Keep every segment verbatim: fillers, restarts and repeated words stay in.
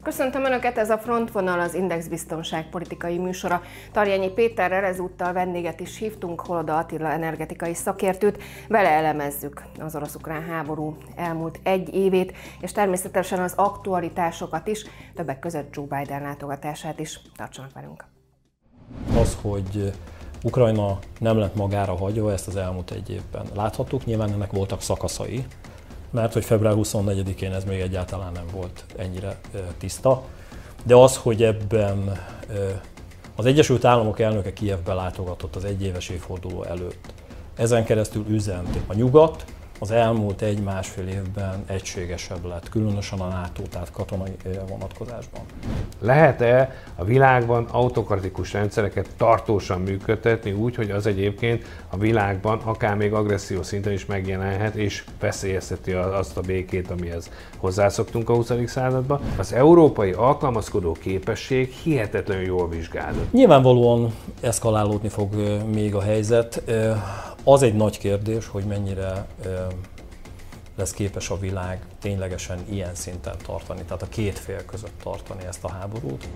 Köszöntöm Önöket, ez a Frontvonal, az Index biztonságpolitikai műsora. Tarjányi Péterrel ezúttal vendéget is hívtunk, Holoda Attila energetikai szakértőt. Vele elemezzük az orosz-ukrán háború elmúlt egy évét, és természetesen az aktualitásokat is, többek között Joe Biden látogatását is. Tartsanak velünk! Az, hogy Ukrajna nem lett magára hagyva, ezt az elmúlt egy évben láthattuk, nyilván ennek voltak szakaszai, mert hogy február huszonnegyedikén ez még egyáltalán nem volt ennyire tiszta. De az, hogy ebben az Egyesült Államok elnöke Kijevbe látogatott az egyéves évforduló előtt, ezen keresztül üzent a nyugat, az elmúlt egy-másfél évben egységesebb lett, különösen a NATO, tehát katonai vonatkozásban. Lehet-e a világban autokratikus rendszereket tartósan működtetni úgy, hogy az egyébként a világban akár még agresszió szinten is megjelenhet és veszélyezteti azt a békét, amihez hozzászoktunk a huszadik században? Az európai alkalmazkodó képesség hihetetlenül jól vizsgálódott. Nyilvánvalóan eszkalálódni fog még a helyzet. Az egy nagy kérdés, hogy mennyire lesz képes a világ ténylegesen ilyen szinten tartani, tehát a két fél között tartani ezt a háborút.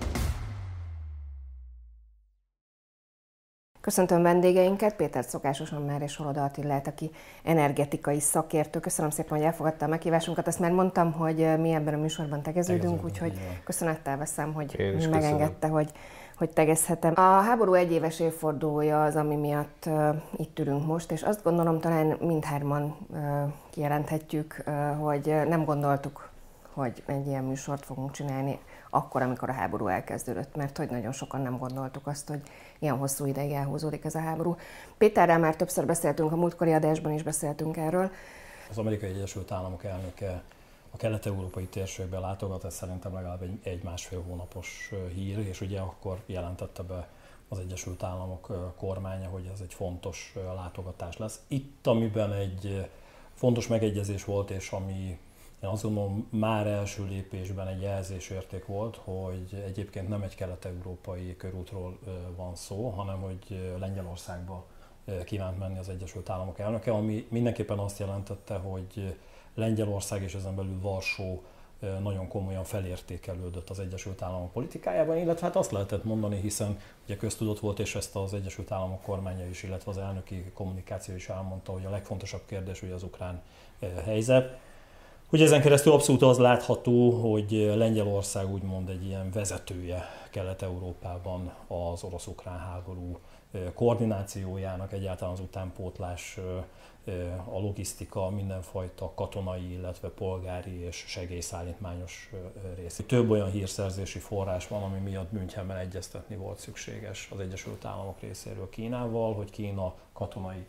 Köszöntöm vendégeinket, Pétert szokásosan már és Holoda Attilát, aki energetikai szakértő. Köszönöm szépen, hogy elfogadta a meghívásunkat. Azt már mondtam, hogy mi ebben a műsorban tegeződünk, úgyhogy köszönettel veszem, hogy megengedte, hogy hogy tegezhetem. A háború egyéves évfordulója az, ami miatt uh, itt ülünk most, és azt gondolom, talán mindhárman uh, kijelenthetjük, uh, hogy nem gondoltuk, hogy egy ilyen műsort fogunk csinálni akkor, amikor a háború elkezdődött, mert hogy nagyon sokan nem gondoltuk azt, hogy ilyen hosszú ideig elhúzódik ez a háború. Péterrel már többször beszéltünk, a múltkori adásban is beszéltünk erről. Az Amerikai Egyesült Államok elnöke a kelet-európai térségbe látogat, ez szerintem legalább egy, egy másfél hónapos hír, és ugye akkor jelentette be az Egyesült Államok kormánya, hogy ez egy fontos látogatás lesz. Itt, amiben egy fontos megegyezés volt, és ami én azt gondolom már első lépésben egy jelzésérték volt, hogy egyébként nem egy kelet-európai körútról van szó, hanem hogy Lengyelországba kívánt menni az Egyesült Államok elnöke, ami mindenképpen azt jelentette, hogy Lengyelország és ezen belül Varsó nagyon komolyan felértékelődött az Egyesült Államok politikájában, illetve hát azt lehetett mondani, hiszen ugye köztudott volt, és ezt az Egyesült Államok kormánya is, illetve az elnöki kommunikáció is elmondta, hogy a legfontosabb kérdés ugye az ukrán helyzet. Ugye ezen keresztül abszolút az látható, hogy Lengyelország úgymond egy ilyen vezetője Kelet-Európában az orosz-ukrán háború koordinációjának, egyáltalán az utánpótlás, a logisztika, mindenfajta katonai, illetve polgári és segélyszállítmányos rész. Több olyan hírszerzési forrás van, ami miatt Münchenben egyeztetni volt szükséges az Egyesült Államok részéről Kínával, hogy Kína katonai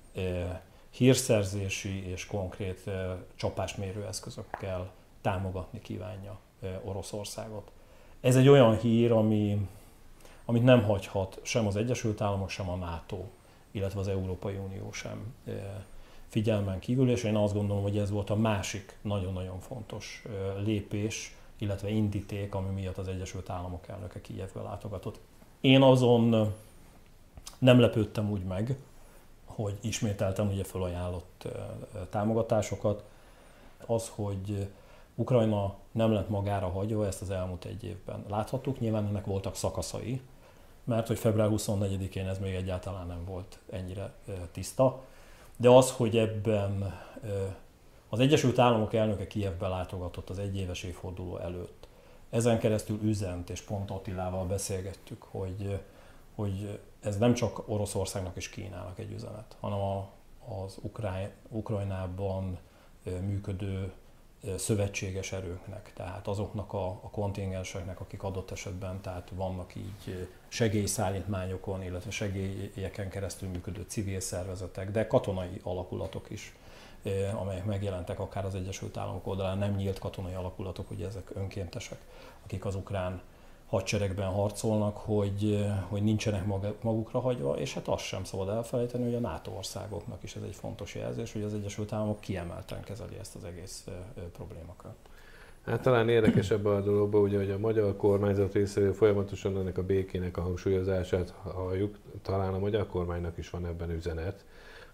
hírszerzési és konkrét csapásmérő eszközökkel támogatni kívánja Oroszországot. Ez egy olyan hír, ami, amit nem hagyhat sem az Egyesült Államok, sem a NATO, illetve az Európai Unió sem figyelmen kívül, és én azt gondolom, hogy ez volt a másik nagyon-nagyon fontos lépés, illetve indíték, ami miatt az Egyesült Államok elnöke Kijevbe látogatott. Én azon nem lepődtem úgy meg, hogy ismételten ugye felajánlott támogatásokat. Az, hogy Ukrajna nem lett magára hagyva, ezt az elmúlt egy évben láthattuk, nyilván ennek voltak szakaszai, mert hogy február huszonnegyedikén ez még egyáltalán nem volt ennyire tiszta. De az, hogy ebben az Egyesült Államok elnöke Kijevbe látogatott az egyéves évforduló előtt, ezen keresztül üzent, és pont Attilával beszélgettük, hogy, hogy ez nem csak Oroszországnak és Kínának egy üzenet, hanem a, az Ukrán, Ukrajnában működő szövetséges erőknek, tehát azoknak a, a kontingenseknek, akik adott esetben tehát vannak így segélyszállítmányokon, illetve segélyeken keresztül működő civil szervezetek, de katonai alakulatok is, amelyek megjelentek akár az Egyesült Államok oldalán, nem nyílt katonai alakulatok, ugye ezek önkéntesek, akik az ukrán hadseregben harcolnak, hogy, hogy nincsenek magukra hagyva, és hát azt sem szabad elfelejteni, hogy a NATO országoknak is ez egy fontos jelzés, hogy az Egyesült Államok kiemelten kezeli ezt az egész problémakört. Hát talán érdekes ebben a dologban, ugye, hogy a magyar kormányzat részéről folyamatosan ennek a békének a hangsúlyozását halljuk, talán a magyar kormánynak is van ebben üzenet,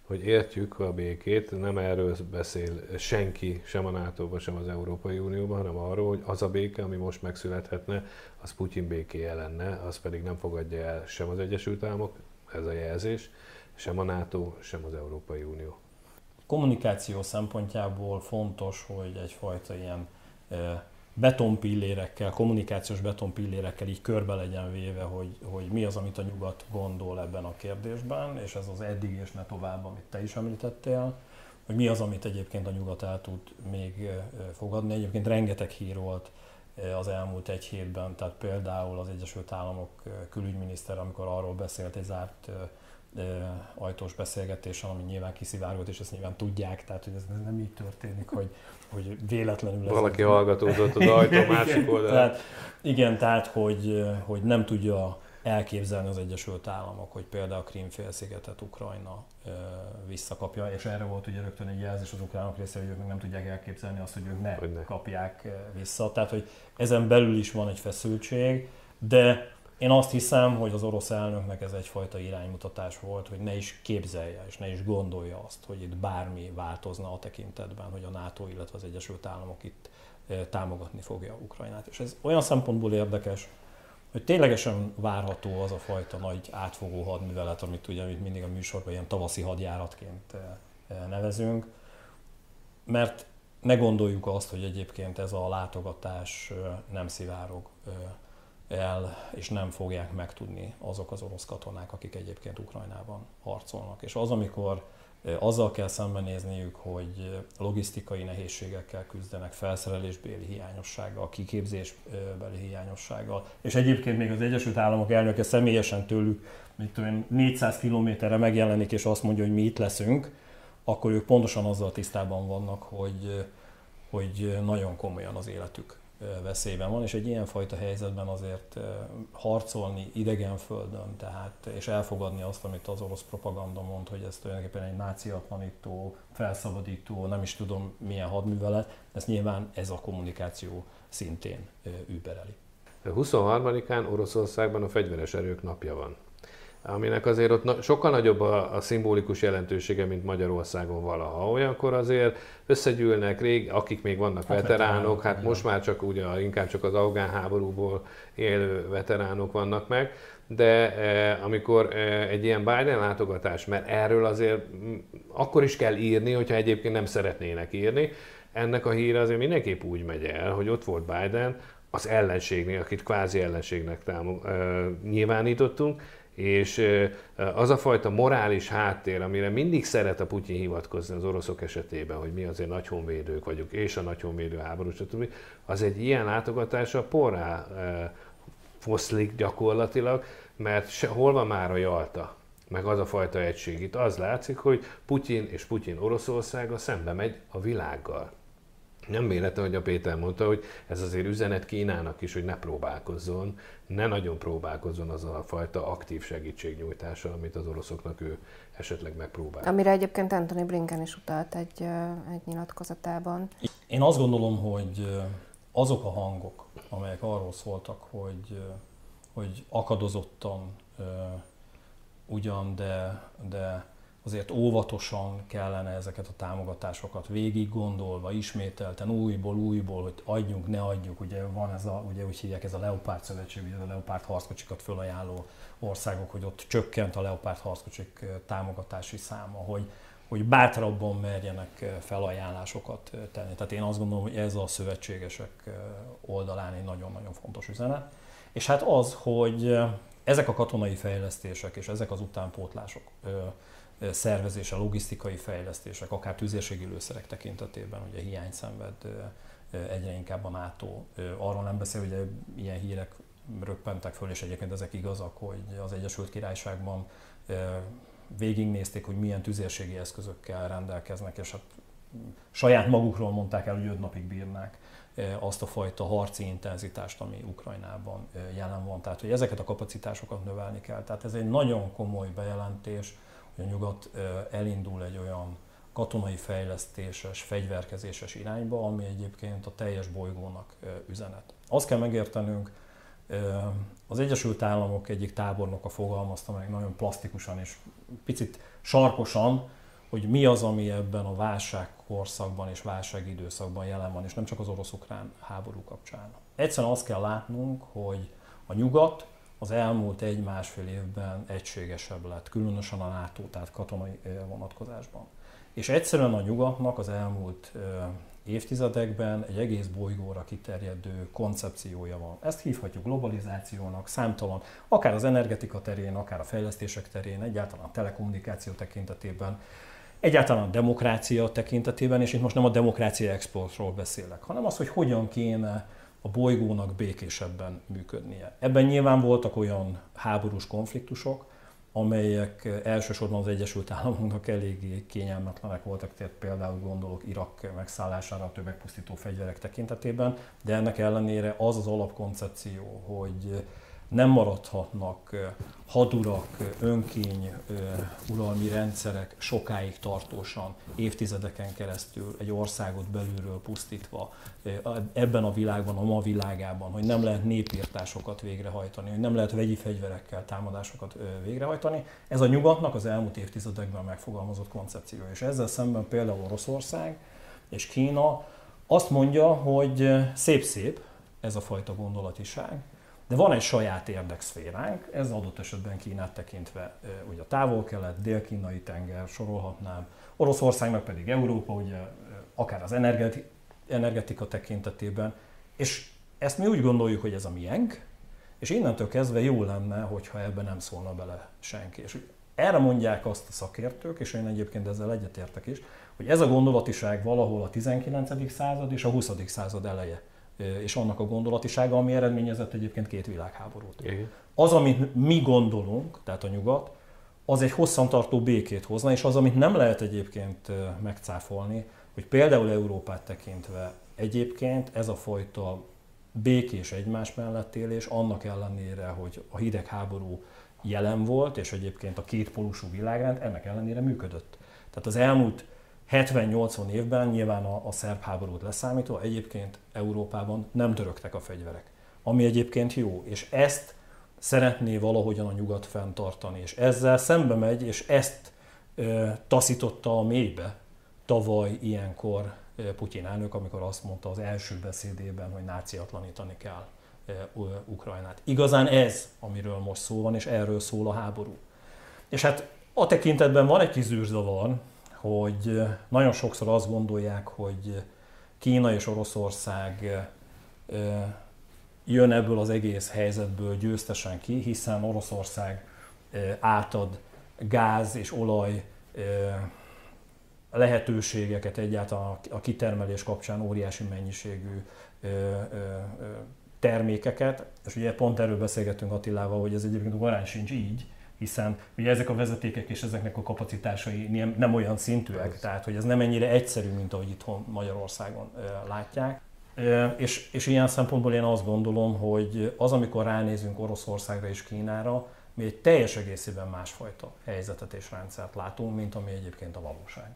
hogy értjük a békét, nem erről beszél senki, sem a nátóban, sem az Európai Unióban, hanem arról, hogy az a béke, ami most megszülethetne, az Putyin békéje lenne, az pedig nem fogadja el sem az Egyesült Államok, ez a jelzés, sem a NATO, sem az Európai Unió. Kommunikáció szempontjából fontos, hogy egyfajta ilyen betonpillérekkel, kommunikációs betonpillérekkel így körbe legyen véve, hogy, hogy mi az, amit a nyugat gondol ebben a kérdésben, és ez az eddig és ne tovább, amit te is említettél, hogy mi az, amit egyébként a nyugat el tud még fogadni. Egyébként rengeteg hír volt az elmúlt egy hétben, tehát például az Egyesült Államok külügyminiszter, amikor arról beszélt egy zárt ajtós beszélgetésen, ami nyilván kiszivárgott, és ezt nyilván tudják, tehát hogy ez nem így történik, hogy, hogy véletlenül... Valaki hallgatózott az ajtó másik oldalán. Tehát, igen, tehát hogy, hogy nem tudja elképzelni az Egyesült Államok, hogy például a Krím-félszigetet Ukrajna visszakapja, és erre volt ugye rögtön egy jelzés az ukránok részéről, hogy ők meg nem tudják elképzelni azt, hogy ők ne, hogy ne kapják vissza. Tehát, hogy ezen belül is van egy feszültség, de én azt hiszem, hogy az orosz elnöknek ez egyfajta iránymutatás volt, hogy ne is képzelje és ne is gondolja azt, hogy itt bármi változna a tekintetben, hogy a NATO, illetve az Egyesült Államok itt támogatni fogja Ukrajnát. És ez olyan szempontból érdekes, hogy ténylegesen várható az a fajta nagy átfogó hadművelet, amit ugye amit mindig a műsorban ilyen tavaszi hadjáratként nevezünk, mert ne gondoljuk azt, hogy egyébként ez a látogatás nem szivárog el, és nem fogják megtudni azok az orosz katonák, akik egyébként Ukrajnában harcolnak. És az, amikor azzal kell szembenézniük, hogy logisztikai nehézségekkel küzdenek, felszerelésbéli hiányossággal, kiképzésbeli hiányossággal, és egyébként még az Egyesült Államok elnöke személyesen tőlük, mit tudom én, négyszáz kilométerre megjelenik, és azt mondja, hogy mi itt leszünk, akkor ők pontosan azzal tisztában vannak, hogy, hogy nagyon komolyan az életük veszélyben van, és egy ilyenfajta helyzetben azért harcolni idegen földön, tehát, és elfogadni azt, amit az orosz propaganda mond, hogy ez tulajdonképpen egy náciatlanító, felszabadító, nem is tudom milyen hadművelet, ez nyilván ez a kommunikáció szintén übereli. huszonharmadikán Oroszországban a fegyveres erők napja van, aminek azért ott na- sokkal nagyobb a, a szimbolikus jelentősége, mint Magyarországon valaha. Olyankor azért összegyűlnek rég, akik még vannak hát veteránok, hát most már csak ugye inkább csak az afgán háborúból élő veteránok vannak meg, de eh, amikor eh, egy ilyen Biden látogatás, mert erről azért m- akkor is kell írni, hogyha egyébként nem szeretnének írni, ennek a híre azért mindenképp úgy megy el, hogy ott volt Biden az ellenségnél, akit kvázi ellenségnek támog, eh, nyilvánítottunk, és az a fajta morális háttér, amire mindig szeret a Putyin hivatkozni az oroszok esetében, hogy mi azért nagy honvédők vagyunk, és a nagy honvédő háború, stb., az egy ilyen látogatása porrá foszlik gyakorlatilag, mert se, hol van már a Jalta, meg az a fajta egység. Itt az látszik, hogy Putyin és Putyin Oroszországa szembe megy a világgal. Nem véletlen, hogy a Péter mondta, hogy ez azért üzenet Kínának is, hogy ne próbálkozzon, ne nagyon próbálkozzon azzal a fajta aktív segítségnyújtással, amit az oroszoknak ő esetleg megpróbál. Amire egyébként Antony Blinken is utalt egy, egy nyilatkozatában. Én azt gondolom, hogy azok a hangok, amelyek arról szóltak, hogy, hogy akadozottan ugyan, de, de azért óvatosan kellene ezeket a támogatásokat végig gondolva, ismételten, újból, újból, hogy adjunk, ne adjuk. Ugye van ez a, ugye úgy hívják, ez a Leopard szövetség, ugye a Leopard harckocsikat fölajánló országok, hogy ott csökkent a Leopard harckocsik támogatási száma, hogy, hogy bátrabban merjenek felajánlásokat tenni. Tehát én azt gondolom, hogy ez a szövetségesek oldalán egy nagyon-nagyon fontos üzenet. És hát az, hogy ezek a katonai fejlesztések és ezek az utánpótlások, szervezése, logisztikai fejlesztések, akár tüzérségi lőszerek tekintetében ugye hiányt szenved egyre inkább a NATO. Arról nem beszél, hogy ilyen hírek röppentek föl, és egyébként ezek igazak, hogy az Egyesült Királyságban végignézték, hogy milyen tüzérségi eszközökkel rendelkeznek, és hát saját magukról mondták el, hogy öt napig bírnák azt a fajta harci intenzitást, ami Ukrajnában jelen van. Tehát, hogy ezeket a kapacitásokat növelni kell. Tehát ez egy nagyon komoly bejelentés, hogy a nyugat elindul egy olyan katonai fejlesztéses, fegyverkezéses irányba, ami egyébként a teljes bolygónak üzenet. Azt kell megértenünk, az Egyesült Államok egyik tábornoka fogalmazta meg nagyon plastikusan és picit sarkosan, hogy mi az, ami ebben a válságkorszakban és válságidőszakban jelen van, és nem csak az orosz-ukrán háború kapcsán. Egyszerűen azt kell látnunk, hogy a nyugat az elmúlt egy-másfél évben egységesebb lett, különösen a NATO, tehát katonai vonatkozásban. És egyszerűen a nyugatnak az elmúlt évtizedekben egy egész bolygóra kiterjedő koncepciója van. Ezt hívhatjuk globalizációnak, számtalan, akár az energetika terén, akár a fejlesztések terén, egyáltalán a telekommunikáció tekintetében, egyáltalán a demokrácia tekintetében, és itt most nem a demokrácia exportról beszélek, hanem az, hogy hogyan kéne a bolygónak békésebben működnie. Ebben nyilván voltak olyan háborús konfliktusok, amelyek elsősorban az Egyesült Államoknak eléggé kényelmetlenek voltak, tehát például gondolok Irak megszállására a tömegpusztító fegyverek tekintetében, de ennek ellenére az az alapkoncepció, hogy nem maradhatnak hadurak, önkény, uralmi rendszerek sokáig tartósan, évtizedeken keresztül egy országot belülről pusztítva ebben a világban, a ma világában, hogy nem lehet népirtásokat végrehajtani, hogy nem lehet vegyi fegyverekkel támadásokat végrehajtani. Ez a nyugatnak az elmúlt évtizedekben megfogalmazott koncepció. És ezzel szemben például Oroszország és Kína azt mondja, hogy szép-szép ez a fajta gondolatiság, de van egy saját érdekszféránk, ez adott esetben Kínát tekintve ugye a távol-kelet, dél-kínai tenger, sorolhatnám, Oroszországnak pedig Európa, ugye akár az energeti- energetika tekintetében, és ezt mi úgy gondoljuk, hogy ez a miénk, és innentől kezdve jó lenne, hogyha ebben nem szólna bele senki. És erre mondják azt a szakértők, és én egyébként ezzel egyetértek is, hogy ez a gondolatiság valahol a tizenkilencedik század és a huszadik század eleje, és annak a gondolatisága, ami eredményezett egyébként két világháborút. Igen. Az, amit mi gondolunk, tehát a nyugat, az egy hosszantartó békét hozna, és az, amit nem lehet egyébként megcáfolni, hogy például Európát tekintve egyébként ez a fajta békés egymás mellett élés, annak ellenére, hogy a hidegháború jelen volt, és egyébként a kétpólusú világrend ennek ellenére működött. Tehát az elmúlt hetven-nyolcvan évben, nyilván a, a szerb háborút leszámítva, egyébként Európában nem törögtek a fegyverek. Ami egyébként jó, és ezt szeretné valahogyan a nyugat fenntartani, és ezzel szembe megy, és ezt e, taszította a mélybe tavaly ilyenkor e, Putyin elnök, amikor azt mondta az első beszédében, hogy náciatlanítani kell e, Ukrajnát. Igazán ez, amiről most szó van, és erről szól a háború. És hát a tekintetben van egy kis zűrzavar, hogy nagyon sokszor azt gondolják, hogy Kína és Oroszország jön ebből az egész helyzetből győztesen ki, hiszen Oroszország átad gáz és olaj lehetőségeket egyáltalán a kitermelés kapcsán óriási mennyiségű termékeket, és ugye pont erről beszélgettünk Attilával, hogy ez egyébként korán sincs így, hiszen ugye ezek a vezetékek és ezeknek a kapacitásai nem olyan szintűek, ez. Tehát hogy ez nem ennyire egyszerű, mint ahogy itthon Magyarországon látják. És, és ilyen szempontból én azt gondolom, hogy az, amikor ránézünk Oroszországra és Kínára, mi egy teljes egészében másfajta helyzetet és rendszert látunk, mint ami egyébként a valóság.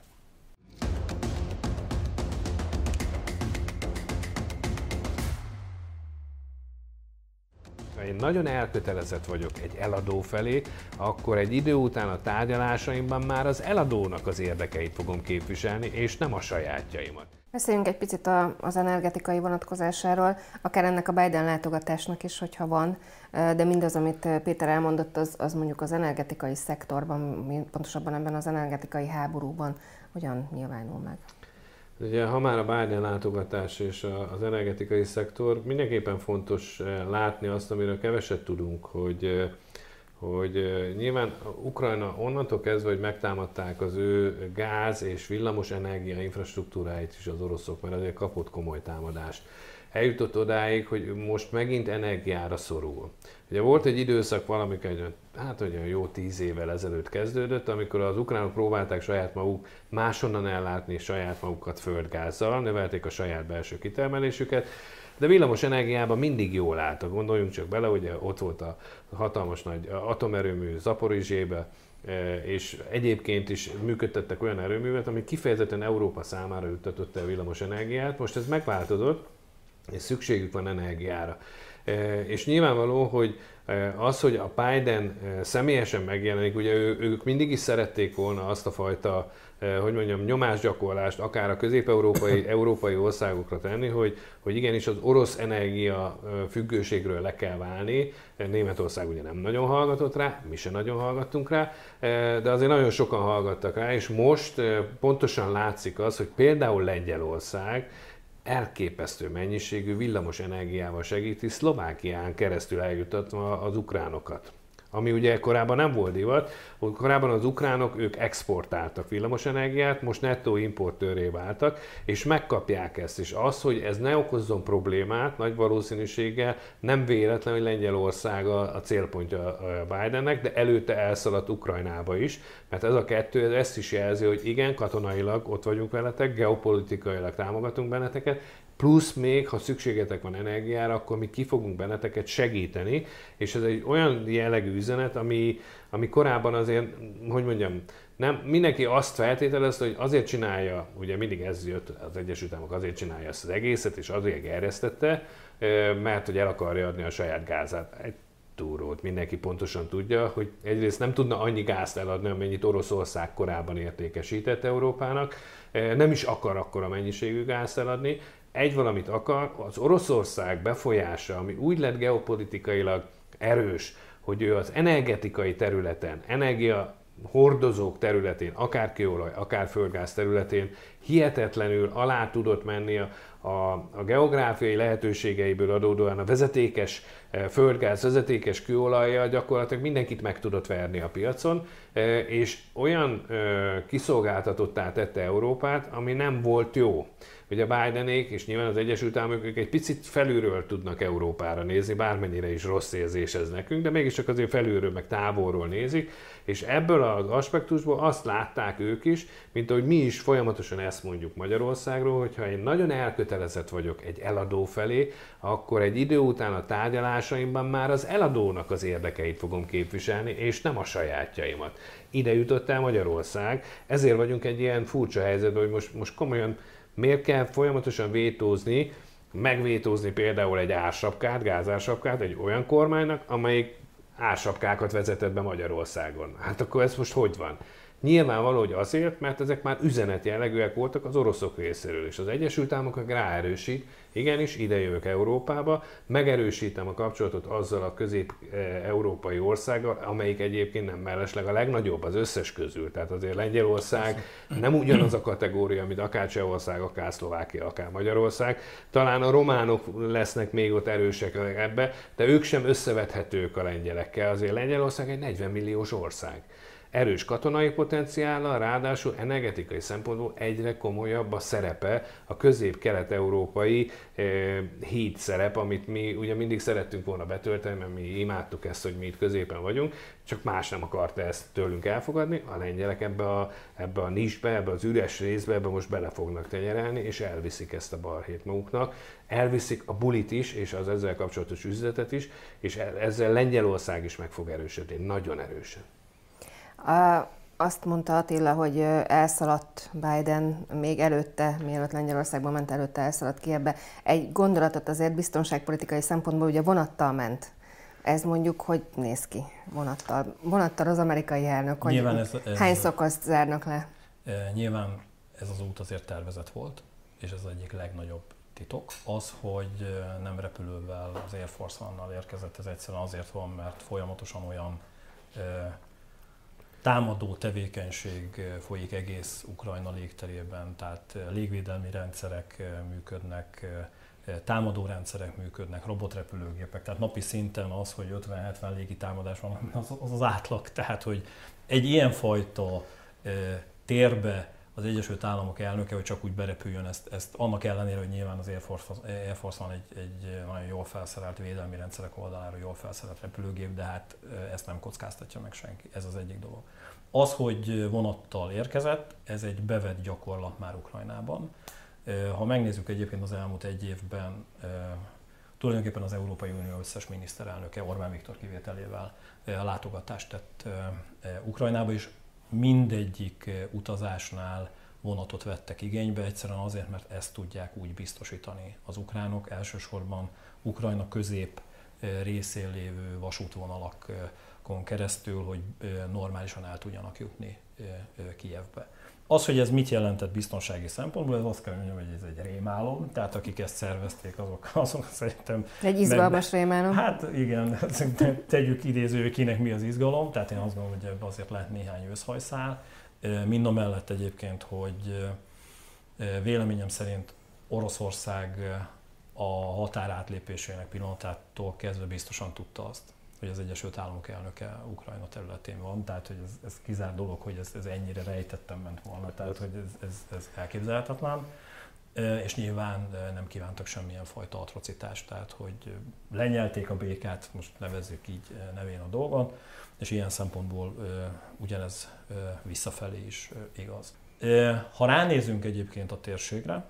Ha én nagyon elkötelezett vagyok egy eladó felé, akkor egy idő után a tárgyalásaimban már az eladónak az érdekeit fogom képviselni, és nem a sajátjaimat. Beszéljünk egy picit az energetikai vonatkozásáról, akár ennek a Biden látogatásnak is, hogyha van, de mindaz, amit Péter elmondott, az, az mondjuk az energetikai szektorban, pontosabban ebben az energetikai háborúban hogyan nyilvánul meg? Ugye, ha már a Biden látogatás és az energetikai szektor, mindenképpen fontos látni azt, amiről keveset tudunk, hogy, hogy nyilván Ukrajna onnantól kezdve, hogy megtámadták az ő gáz és villamos energia infrastruktúráit is az oroszok, mert azért kapott komoly támadást. Eljutott odáig, hogy most megint energiára szorul. Ugye volt egy időszak valamikor, hát olyan jó tíz évvel ezelőtt kezdődött, amikor az ukránok próbálták saját maguk máshonnan ellátni saját magukat földgázzal, növelték a saját belső kitermelésüket, de villamos energiában mindig jól álltak. Gondoljunk csak bele, hogy ott volt a hatalmas nagy atomerőmű Zaporizsébe, és egyébként is működtettek olyan erőművet, ami kifejezetten Európa számára juttatott el villamos energiát. Most ez megváltozott, és szükségük van energiára. És nyilvánvaló, hogy az, hogy a Biden személyesen megjelenik, ugye ő, ők mindig is szerették volna azt a fajta, hogy mondjam, nyomásgyakorlást akár a közép-európai európai országokra tenni, hogy, hogy igenis az orosz energia függőségről le kell válni. Németország ugye nem nagyon hallgatott rá, mi se nagyon hallgattunk rá, de azért nagyon sokan hallgattak rá, és most pontosan látszik az, hogy például Lengyelország elképesztő mennyiségű villamos energiával segíti Szlovákián keresztül eljutatva az ukránokat. Ami ugye korábban nem volt divat, korábban az ukránok, ők exportáltak villamos energiát, most nettó importőrré váltak, és megkapják ezt. És az, hogy ez ne okozzon problémát, nagy valószínűséggel nem véletlen, hogy Lengyelország a célpontja Bidennek, de előtte elszaladt Ukrajnába is, mert ez a kettő ezt is jelzi, hogy igen, katonailag ott vagyunk veletek, geopolitikailag támogatunk benneteket, plusz még, ha szükségetek van energiára, akkor mi ki fogunk benneteket segíteni, és ez egy olyan jellegű üzenet, ami, ami korábban azért, hogy mondjam, nem, mindenki azt feltételezte, hogy azért csinálja, ugye mindig ez jött, az Egyesült Államok azért csinálja ezt az egészet, és azért gerjesztette, mert hogy el akarja adni a saját gázát. Egy túrót. Mindenki pontosan tudja, hogy egyrészt nem tudna annyi gázt eladni, amennyit Oroszország korábban értékesített Európának, nem is akar akkora mennyiségű gázt eladni. Egy valamit akar, az Oroszország befolyása, ami úgy lett geopolitikailag erős, hogy ő az energetikai területen, energia hordozók területén, akár kőolaj, akár földgáz területén hihetetlenül alá tudott menni a, a, a geográfiai lehetőségeiből adódóan a vezetékes földgáz, vezetékes kőolajjal gyakorlatilag mindenkit meg tudott verni a piacon, és olyan kiszolgáltatottá tette Európát, ami nem volt jó. Ugye Bidenék és nyilván az Egyesült Államok egy picit felülről tudnak Európára nézni, bármennyire is rossz érzés ez nekünk, de mégiscsak azért felülről meg távolról nézik, és ebből az aspektusból azt látták ők is, mint ahogy mi is folyamatosan ezt mondjuk Magyarországról, hogyha én nagyon elkötelezett vagyok egy eladó felé, akkor egy idő után a tárgyalásaimban már az eladónak az érdekeit fogom képviselni, és nem a sajátjaimat. Ide jutott el Magyarország, ezért vagyunk egy ilyen furcsa helyzetben, hogy most, most komolyan miért kell folyamatosan vétózni, megvétózni például egy ársapkát, gázársapkát egy olyan kormánynak, amelyik ársapkákat vezetett be Magyarországon. Hát akkor ez most hogy van? Nyilvánvaló, hogy azért, mert ezek már üzenetjellegűek voltak az oroszok részéről, és az Egyesült Államok ráerősít, igenis, ide jövök Európába, megerősítem a kapcsolatot azzal a közép-európai országgal, amelyik egyébként nem mellesleg a legnagyobb az összes közül. Tehát azért Lengyelország nem ugyanaz a kategória, mint akár Csehország, akár Szlovákia, akár Magyarország. Talán a románok lesznek még ott erősek ebbe, de ők sem összevethetők a lengyelekkel. Azért Lengyelország egy negyven milliós ország. Erős katonai potenciállal, ráadásul energetikai szempontból egyre komolyabb a szerepe, a közép-kelet-európai eh, híd szerep, amit mi ugye mindig szerettünk volna betölteni, mert mi imádtuk ezt, hogy mi itt középen vagyunk, csak más nem akarta ezt tőlünk elfogadni, a lengyelek ebbe a, ebbe a nisbe, ebbe az üres részbe, ebbe most bele fognak tenyerelni, és elviszik ezt a balhét maguknak, elviszik a bulit is, és az ezzel kapcsolatos üzletet is, és ezzel Lengyelország is meg fog erősödni, nagyon erősen. Azt mondta Attila, hogy elszaladt Biden még előtte, mielőtt Lengyelországban ment, előtte elszaladt ki ebbe. Egy gondolatot azért biztonságpolitikai szempontból ugye vonattal ment. Ez mondjuk hogy néz ki vonattal? Vonattal az amerikai elnök, hogy ez, ez, hány szakaszt zárnak le? Nyilván ez az út azért tervezett volt, és ez az egyik legnagyobb titok. Az, hogy nem repülővel, az Air Force One-nal érkezett, ez egyszerűen azért van, mert folyamatosan olyan támadó tevékenység folyik egész Ukrajna légterében, tehát légvédelmi rendszerek működnek, támadó rendszerek működnek, robotrepülőgépek, tehát napi szinten az, hogy ötven-hetven légi támadás van, az az, az átlag. Tehát, hogy egy ilyenfajta térbe az Egyesült Államok elnöke, hogy csak úgy berepüljön, ezt, ezt annak ellenére, hogy nyilván az Air Force, Air Force van egy, egy nagyon jól felszerelt védelmi rendszerek oldalára, jól felszerelt repülőgép, de hát ezt nem kockáztatja meg senki. Ez az egyik dolog. Az, hogy vonattal érkezett, ez egy bevett gyakorlat már Ukrajnában. Ha megnézzük egyébként az elmúlt egy évben, tulajdonképpen az Európai Unió összes miniszterelnöke Orbán Viktor kivételével látogatást tett Ukrajnába, és mindegyik utazásnál vonatot vettek igénybe, egyszerűen azért, mert ezt tudják úgy biztosítani az ukránok, elsősorban Ukrajna közép részén lévő vasútvonalakon keresztül, hogy normálisan el tudjanak jutni Kijevbe. Az, hogy ez mit jelentett biztonsági szempontból, ez azt kell mondjam, hogy ez egy rémálom, tehát akik ezt szervezték, azok, azok szerintem... Egy izgalmas meg, rémálom. Hát igen, tegyük idézővé, kinek mi az izgalom, tehát én azt gondolom, hogy ebben azért lehet néhány őszhajszál. Mind a mellett egyébként, hogy véleményem szerint Oroszország a határátlépésének pillanatától kezdve biztosan tudta azt, hogy az Egyesült Államok elnöke Ukrajna területén van, tehát hogy ez, ez kizárt dolog, hogy ez, ez ennyire rejtettem ment volna, tehát hogy ez, ez, ez elképzelhetetlen, és nyilván nem kívántak semmilyen fajta atrocitást, tehát hogy lenyelték a békát, most nevezzük így nevén a dolgon, és ilyen szempontból ugyanez visszafelé is igaz. Ha ránézünk egyébként a térségre,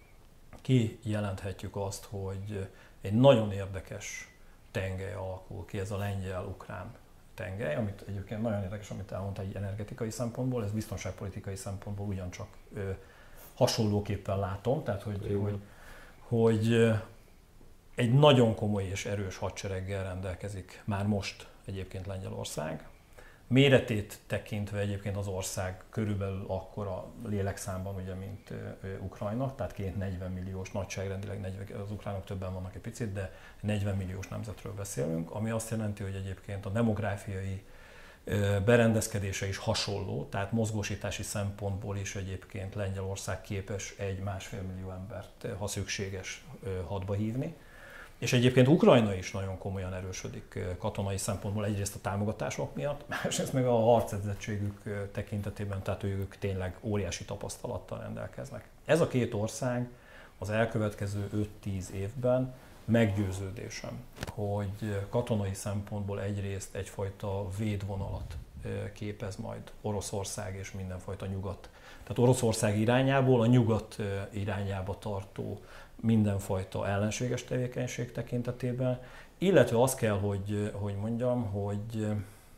kijelenthetjük azt, hogy egy nagyon érdekes tengely alakul ki, ez a lengyel-ukrán tengely, amit egyébként nagyon érdekes, amit elmondta egy energetikai szempontból, ez biztonságpolitikai szempontból ugyancsak ö, hasonlóképpen látom, tehát hogy, hogy, hogy egy nagyon komoly és erős hadsereggel rendelkezik már most egyébként Lengyelország. Méretét tekintve egyébként az ország körülbelül akkora lélekszámban, ugye, mint Ukrajna, tehát két negyven milliós, nagyságrendileg negyven, az ukránok többen vannak egy picit, de negyven milliós nemzetről beszélünk, ami azt jelenti, hogy egyébként a demográfiai berendezkedése is hasonló, tehát mozgósítási szempontból is egyébként Lengyelország képes egy másfél millió embert, ha szükséges, hadba hívni. És egyébként Ukrajna is nagyon komolyan erősödik katonai szempontból, egyrészt a támogatások miatt, másrészt meg a harcedzettségük tekintetében, tehát ők tényleg óriási tapasztalattal rendelkeznek. Ez a két ország az elkövetkező öt-tíz évben meggyőződésem, hogy katonai szempontból egyrészt egyfajta védvonalat képez majd Oroszország és mindenfajta nyugat. Tehát Oroszország irányából a nyugat irányába tartó mindenfajta ellenséges tevékenység tekintetében, illetve azt kell, hogy, hogy mondjam, hogy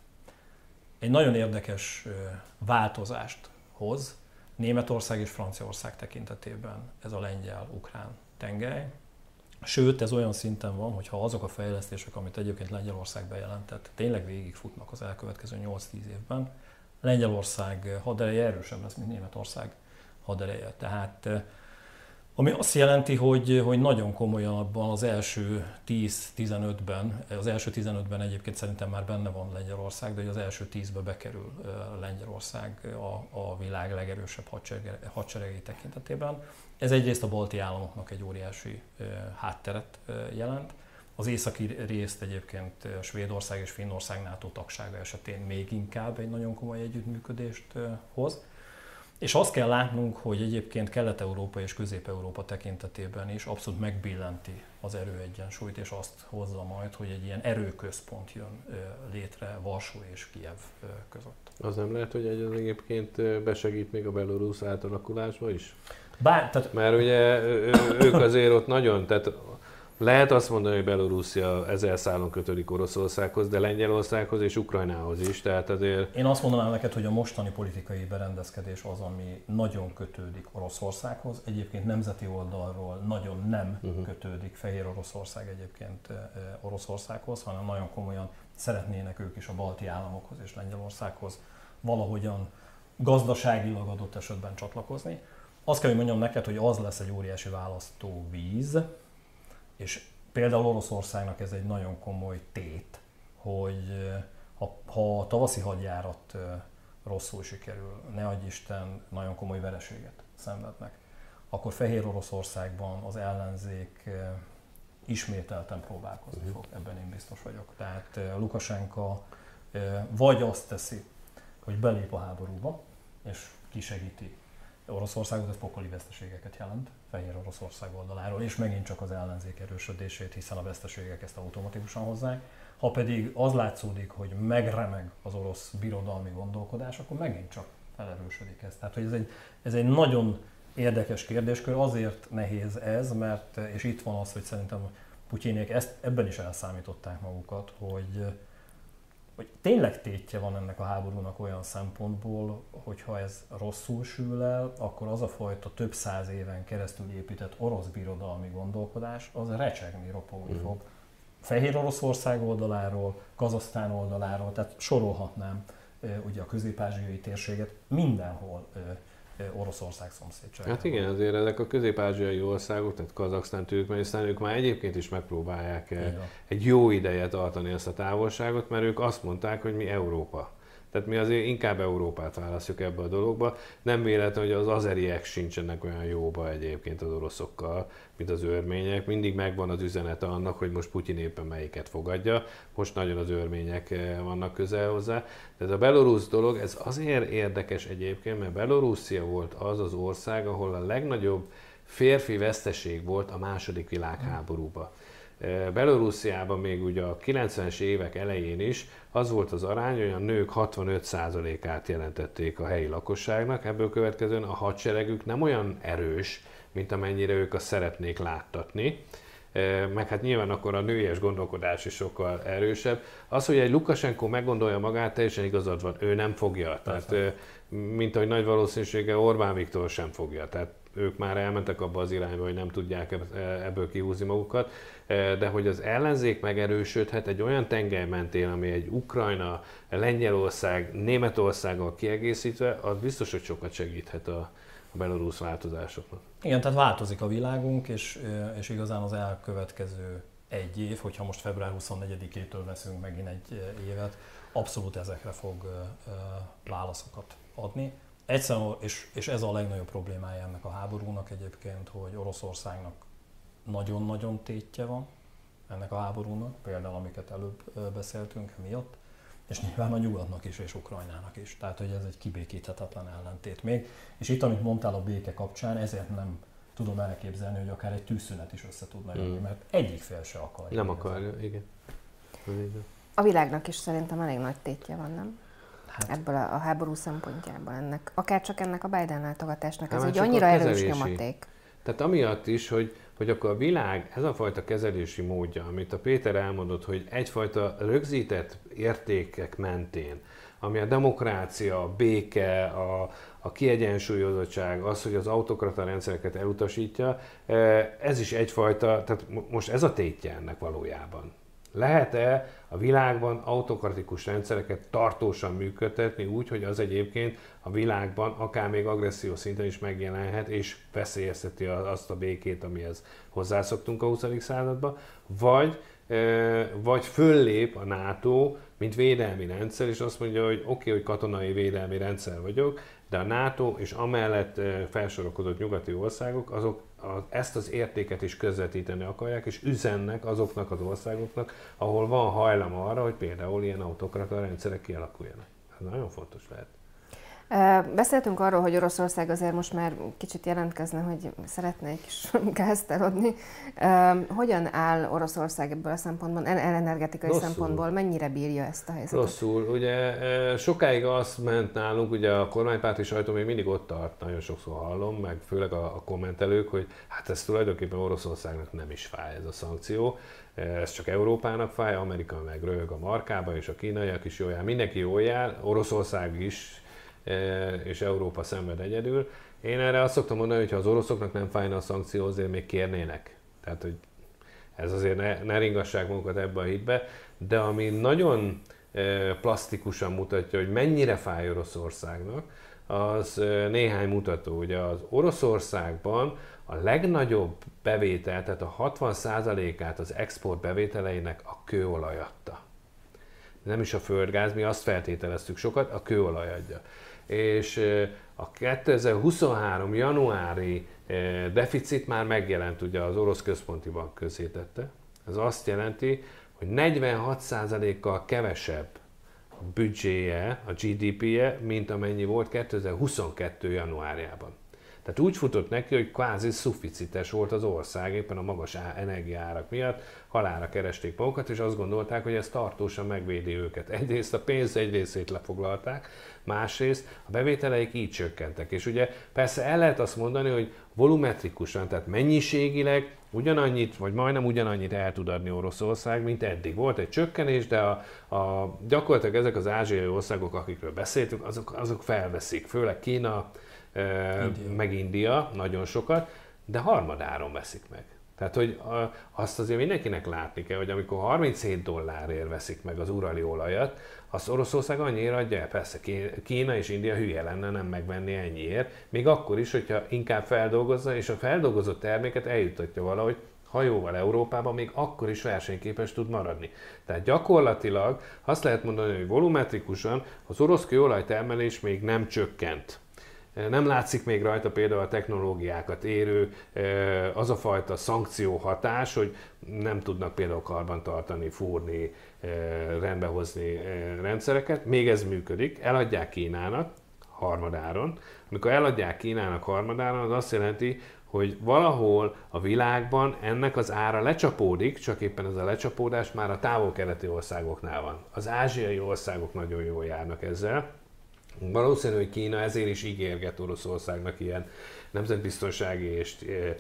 egy nagyon érdekes változást hoz Németország és Franciaország tekintetében ez a lengyel-ukrán tengely. Sőt, ez olyan szinten van, hogy ha azok a fejlesztések, amit egyébként Lengyelország bejelentett, tényleg végigfutnak az elkövetkező nyolc-tíz évben, Lengyelország hadereje erősebb lesz, mint Németország hadereje. Tehát ami azt jelenti, hogy, hogy nagyon komolyan abban az első tíz-tizenötben, az első tizenötben egyébként szerintem már benne van Lengyelország, de az első tízbe bekerül Lengyelország a, a világ legerősebb hadseregei tekintetében. Ez egyrészt a balti államoknak egy óriási hátteret jelent. Az északi részt egyébként Svédország és Finnország NATO tagsága esetén még inkább egy nagyon komoly együttműködést hoz. És azt kell látnunk, hogy egyébként Kelet-Európa és Közép-Európa tekintetében is abszolút megbillenti az erőegyensúlyt, és azt hozza majd, hogy egy ilyen erőközpont jön létre Varsó és Kijev között. Az nem lehet, hogy egy az egyébként besegít még a belorusz átalakulásba is? Bár, tehát... Mert ugye ők azért ott nagyon, tehát lehet azt mondani, hogy Belorusszia ezer szálon kötődik Oroszországhoz, de Lengyelországhoz és Ukrajnához is, tehát azért... Én azt mondanám neked, hogy a mostani politikai berendezkedés az, ami nagyon kötődik Oroszországhoz. Egyébként nemzeti oldalról nagyon nem uh-huh. kötődik Fehér Oroszország egyébként Oroszországhoz, hanem nagyon komolyan szeretnének ők is a balti államokhoz és Lengyelországhoz valahogyan gazdaságilag adott esetben csatlakozni. Azt kell, hogy mondjam neked, hogy az lesz egy óriási választóvíz, és például Oroszországnak ez egy nagyon komoly tét, hogy ha, ha a tavaszi hadjárat rosszul sikerül, ne adj Isten, nagyon komoly vereséget szenvednek, akkor Fehér Oroszországban az ellenzék ismételten próbálkozni fog, ebben én biztos vagyok. Tehát Lukasenka vagy azt teszi, hogy belép a háborúba, és kisegíti Oroszországot, ez pokoli veszteségeket jelent Fehér Oroszország oldaláról, és megint csak az ellenzék erősödését, hiszen a veszteségek ezt automatikusan hozzák. Ha pedig az látszódik, hogy megremeg az orosz birodalmi gondolkodás, akkor megint csak felerősödik ez. Tehát, hogy ez egy, ez egy nagyon érdekes kérdéskör, azért nehéz ez, mert, és itt van az, hogy szerintem Putyinék ezt, ebben is elszámították magukat, hogy hogy tényleg tétje van ennek a háborúnak olyan szempontból, hogyha ez rosszul sül el, akkor az a fajta több száz éven keresztül épített orosz birodalmi gondolkodás, az recsegni, ropogni mm. fog. Fehér Oroszország oldaláról, Kazahsztán oldaláról, tehát sorolhatnám ugye a közép-ázsiai térséget, mindenhol Oroszország szomszédságában. Hát igen, azért ezek a közép-ázsiai országok, tehát Kazaksztán, Türkmenisztán, ők már egyébként is megpróbálják igen. egy jó ideje tartani ezt a távolságot, mert ők azt mondták, hogy mi Európa. Tehát mi azért inkább Európát választjuk ebbe a dologba. Nem véletlen, hogy az azeriek sincsenek olyan jóba egyébként az oroszokkal, mint az örmények. Mindig megvan az üzenete annak, hogy most Putyin éppen melyiket fogadja. Most nagyon az örmények vannak közel hozzá. De ez a belorusz dolog, ez azért érdekes egyébként, mert Belorusszia volt az az ország, ahol a legnagyobb férfi veszteség volt a második világháborúban. Belorussziában még ugye a kilencvenes évek elején is az volt az arány, hogy a nők hatvanöt százalékát jelentették a helyi lakosságnak, ebből következően a hadseregük nem olyan erős, mint amennyire ők azt szeretnék láttatni. Meg hát nyilván akkor a nőies gondolkodás is sokkal erősebb. Az, hogy egy Lukasenko meggondolja magát, teljesen igazad van, ő nem fogja. Tehát, mint ahogy nagy valószínűséggel Orbán Viktor sem fogja. Tehát ők már elmentek abba az irányba, hogy nem tudják ebből kihúzni magukat, de hogy az ellenzék megerősödhet egy olyan tenger mentén, ami egy Ukrajna, Lengyelország, Németországgal kiegészítve, az biztos, hogy sokat segíthet a, a belorusz változásoknak. Igen, tehát változik a világunk, és, és igazán az elkövetkező egy év, hogyha most február huszonnegyedikétől veszünk megint egy évet, abszolút ezekre fog válaszokat adni. Egyszerűen, és, és ez a legnagyobb problémája ennek a háborúnak egyébként, hogy Oroszországnak nagyon-nagyon tétje van ennek a háborúnak, például amiket előbb beszéltünk miatt, és nyilván a nyugatnak is és Ukrajnának is. Tehát, hogy ez egy kibékíthetetlen ellentét még. És itt, amit mondtál a béke kapcsán, ezért nem tudom elképzelni, hogy akár egy tűzszünet is össze tudna jönni, mm. mert egyik fél se akarja. Nem akarja, igen. A világnak is szerintem elég nagy tétje van, nem? Hát, ebből a, a háború szempontjából ennek, akár csak ennek a Biden látogatásnak, ez egy annyira erős nyomaték. Tehát amiatt is, hogy, hogy akkor a világ, ez a fajta kezelési módja, amit a Péter elmondott, hogy egyfajta rögzített értékek mentén, ami a demokrácia, a béke, a, a kiegyensúlyozottság, az, hogy az autokrata rendszereket elutasítja, ez is egyfajta, tehát most ez a tétje ennek valójában. Lehet-e a világban autokratikus rendszereket tartósan működtetni úgy, hogy az egyébként a világban akár még agresszió szinten is megjelenhet és veszélyezteti azt a békét, amihez hozzászoktunk a huszadik században, vagy, vagy föllép a NATO, mint védelmi rendszer, és azt mondja, hogy oké, okay, hogy katonai védelmi rendszer vagyok, de a NATO és amellett felsorokozott nyugati országok, azok ezt az értéket is közvetíteni akarják, és üzennek azoknak az országoknak, ahol van hajlam arra, hogy például ilyen autokrata rendszerek kialakuljanak. Ez nagyon fontos lehet. Beszéltünk arról, hogy Oroszország azért most már kicsit jelentkezne, hogy szeretne egy kis gázt eladni. Hogyan áll Oroszország ebből a szempontból, energetikai Rosszul. szempontból, mennyire bírja ezt a helyzetet? Rosszul. Ugye sokáig azt ment nálunk, ugye a kormánypárti sajtó még mindig ott tart, nagyon sokszor hallom, meg főleg a, a kommentelők, hogy hát ez tulajdonképpen Oroszországnak nem is fáj ez a szankció. Ez csak Európának fáj, Amerika meg röhög a markába, és a kínaiak is jól jár. Mindenki jól jár, Oroszország is, és Európa szenved egyedül. Én erre azt szoktam mondani, hogy ha az oroszoknak nem fájna a szankció, azért még kérnének. Tehát, hogy ez azért ne, ne ringassák magukat ebbe a hitbe, de ami nagyon plastikusan mutatja, hogy mennyire fáj Oroszországnak, az néhány mutató. Ugye az Oroszországban a legnagyobb bevétel, tehát a hatvan százalékát az export bevételeinek a kőolaj adta. Nem is a földgáz, mi azt feltételeztük sokat, a kőolaj adja. És a kétezer-huszonhárom januári deficit már megjelent, ugye az Orosz Központi Bank közzétette. Ez azt jelenti, hogy negyvenhat százalékkal kevesebb a büdzséje, a gé dé pé-je, mint amennyi volt kétezer-huszonkettő januárjában. Tehát úgy futott neki, hogy kvázi szuficites volt az ország, éppen a magas energiaárak miatt halálra keresték magukat, és azt gondolták, hogy ez tartósan megvédi őket. Egyrészt a pénz egy részét lefoglalták, másrészt a bevételeik így csökkentek. És ugye persze el lehet azt mondani, hogy volumetrikusan, tehát mennyiségileg ugyanannyit, vagy majdnem ugyanannyit el tud adni Oroszország, mint eddig. Volt egy csökkenés, de a, a, gyakorlatilag ezek az ázsiai országok, akikről beszéltünk, azok, azok felveszik, főleg Kína, India. meg India, nagyon sokat, de harmadáron veszik meg. Tehát, hogy azt azért mindenkinek látni kell, hogy amikor harminchét dollárért veszik meg az urali olajat, azt Oroszország annyira adja el. Persze Kína és India hülye lenne nem megvenni ennyiért, még akkor is, hogyha inkább feldolgozza, és a feldolgozott terméket eljuttatja valahogy hajóval Európába, még akkor is versenyképes tud maradni. Tehát gyakorlatilag azt lehet mondani, hogy volumetrikusan az orosz kőolajtermelés még nem csökkent. Nem látszik még rajta például a technológiákat érő az a fajta szankcióhatás, hogy nem tudnak például karbantartani, fúrni, rendbehozni rendszereket. Még ez működik, eladják Kínának harmadáron. Amikor eladják Kínának harmadáron, az azt jelenti, hogy valahol a világban ennek az ára lecsapódik, csak éppen ez a lecsapódás már a távol-keleti országoknál van. Az ázsiai országok nagyon jól járnak ezzel. Valószínű, hogy Kína ezért is ígérget Oroszországnak ilyen nemzetbiztonsági és,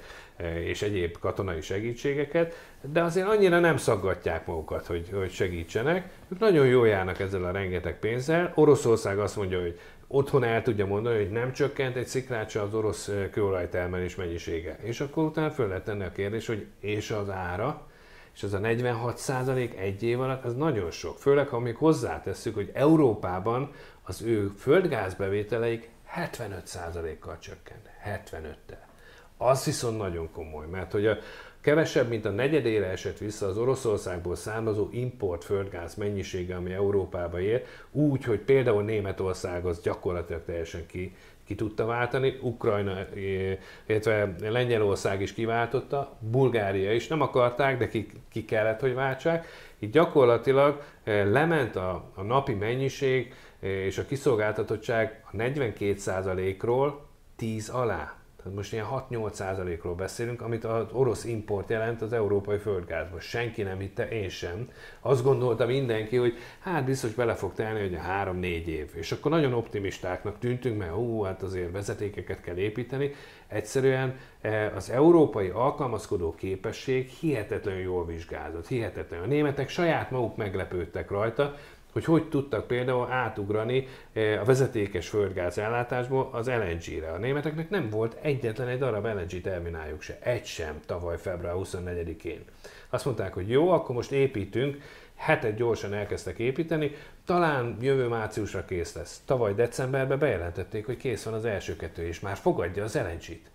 és egyéb katonai segítségeket, de azért annyira nem szaggatják magukat, hogy, hogy segítsenek. Ők nagyon jól járnak ezzel a rengeteg pénzzel. Oroszország azt mondja, hogy otthon el tudja mondani, hogy nem csökkent egy szikrácsa az orosz kőolajtermelés mennyisége. És akkor utána föl lehet tenni a kérdés, hogy és az ára, és az a negyvenhat százalék egy év alatt, az nagyon sok. Főleg, ha még hozzátesszük, hogy Európában az ő földgázbevételeik hetvenöt százalékkal csökkent. hetvenöttel. Az viszont nagyon komoly, mert hogy a kevesebb, mint a negyedére esett vissza az Oroszországból származó import földgáz mennyisége, ami Európába ér, úgy, hogy például Németország az gyakorlatilag teljesen ki, ki tudta váltani, Ukrajna, illetve Lengyelország is kiváltotta, Bulgária is, nem akarták, de ki, ki kellett, hogy váltsák. Így gyakorlatilag lement a, a napi mennyiség és a kiszolgáltatottság a negyvenkét százalékról tíz alá. Tehát most ilyen hat-nyolc százalékról beszélünk, amit az orosz import jelent az európai földgázba. Senki nem hitte, én sem. Azt gondolta mindenki, hogy hát biztos bele fog telni, hogy a három-négy év. És akkor nagyon optimistáknak tűntünk, mert hú, hát azért vezetékeket kell építeni. Egyszerűen az európai alkalmazkodó képesség hihetetlenül jól vizsgázott. Hihetetlenül. A németek saját maguk meglepődtek rajta, hogy hogy tudtak például átugrani a vezetékes földgáz ellátásból az el en gé-re. A németeknek nem volt egyetlen egy darab el en gé termináljuk se, egy sem tavaly február huszonnegyedikén. Azt mondták, hogy jó, akkor most építünk, hetet gyorsan elkezdtek építeni, talán jövő márciusra kész lesz. Tavaly decemberben bejelentették, hogy kész van az első kettő, és már fogadja az el en gé-t.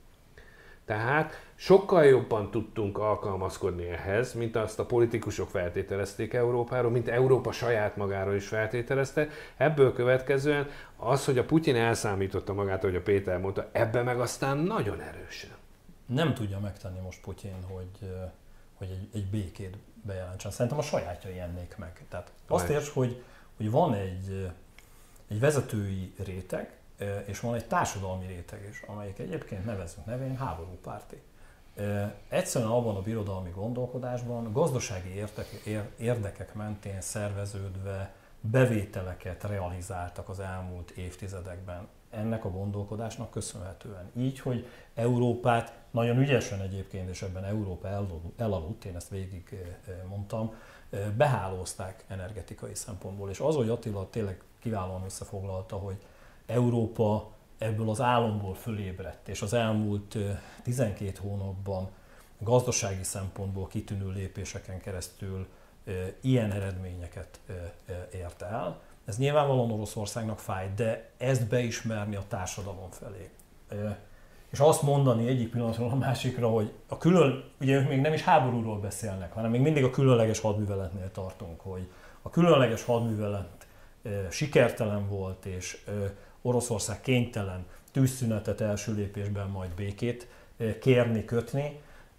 Tehát sokkal jobban tudtunk alkalmazkodni ehhez, mint azt a politikusok feltételezték Európáról, mint Európa saját magáról is feltételezte. Ebből következően az, hogy a Putyin elszámította magát, ahogy a Péter mondta, ebben meg aztán nagyon erősen. Nem tudja megtenni most Putyin, hogy, hogy egy, egy békét bejelentsen. Szerintem a sajátjai ennék meg. Tehát azt érts, hogy, hogy van egy, egy vezetői réteg, és van egy társadalmi réteg is, amelyik egyébként nevezünk nevén háborúpárti. Egyszerűen abban a birodalmi gondolkodásban gazdasági érdekek mentén szerveződve bevételeket realizáltak az elmúlt évtizedekben ennek a gondolkodásnak köszönhetően. Így, hogy Európát nagyon ügyesen egyébként, és ebben Európa elaludt, én ezt végig mondtam, behálózták energetikai szempontból. És az, hogy Attila tényleg kiválóan összefoglalta, hogy Európa ebből az álomból fölébredt, és az elmúlt tizenkét hónapban gazdasági szempontból kitűnő lépéseken keresztül ilyen eredményeket ért el. Ez nyilvánvalóan Oroszországnak fáj, de ezt beismerni a társadalom felé. És azt mondani egyik pillanatról a másikra, hogy a külön, ugye ők még nem is háborúról beszélnek, hanem még mindig a különleges hadműveletnél tartunk, hogy a különleges hadművelet sikertelen volt, és Oroszország kénytelen tűzszünetet első lépésben majd békét kérni, kötni.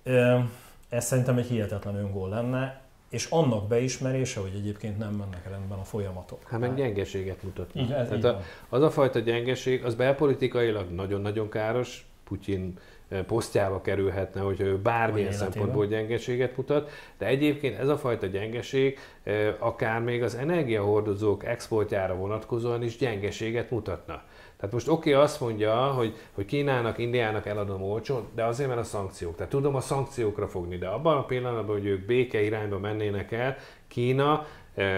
Ez szerintem egy hihetetlen öngól lenne, és annak beismerése, hogy egyébként nem mennek rendben a folyamatok. Hát meg gyengeséget mutatnak. Így, ez Tehát így a, az a fajta gyengeség, az belpolitikailag nagyon-nagyon káros, Putyin posztjába kerülhetne, hogy ő bármilyen szempontból gyengeséget mutat, de egyébként ez a fajta gyengeség akár még az energiahordozók exportjára vonatkozóan is gyengeséget mutatna. Tehát most oké, okay, azt mondja, hogy, hogy Kínának, Indiának eladom olcsón, de azért, mert a szankciók. Tehát tudom a szankciókra fogni, de abban a pillanatban, hogy ők béke irányba mennének el, Kína,